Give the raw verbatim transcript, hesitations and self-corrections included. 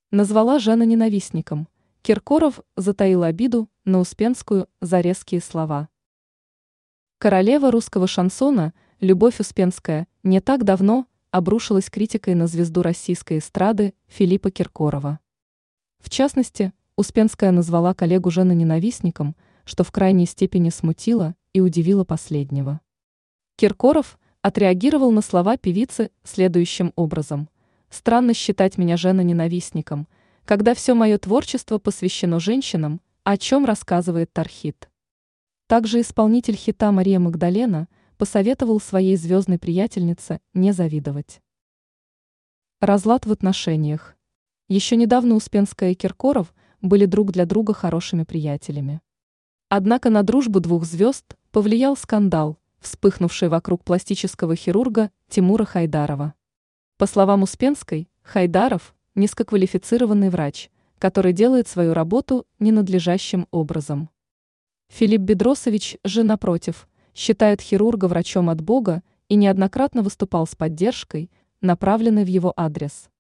Назвала Жена ненавистником. Киркоров затаил обиду на Успенскую за резкие слова. Королева русского шансона Любовь Успенская не так давно обрушилась критикой на звезду российской эстрады Филиппа Киркорова. В частности, Успенская назвала коллегу Жены ненавистником, что в крайней степени смутило и удивило последнего. Киркоров отреагировал на слова певицы следующим образом: «Странно считать меня Жена ненавистником, когда все мое творчество посвящено женщинам, о чем рассказывает Тархит». Также исполнитель хита Мария Магдалена посоветовал своей звездной приятельнице не завидовать. Разлад в отношениях. Еще недавно Успенская и Киркоров были друг для друга хорошими приятелями. Однако на дружбу двух звезд повлиял скандал, вспыхнувший вокруг пластического хирурга Тимура Хайдарова. По словам Успенской, Хайдаров – низкоквалифицированный врач, который делает свою работу ненадлежащим образом. Филипп Бедросович же, напротив, считает хирурга врачом от Бога и неоднократно выступал с поддержкой, направленной в его адрес.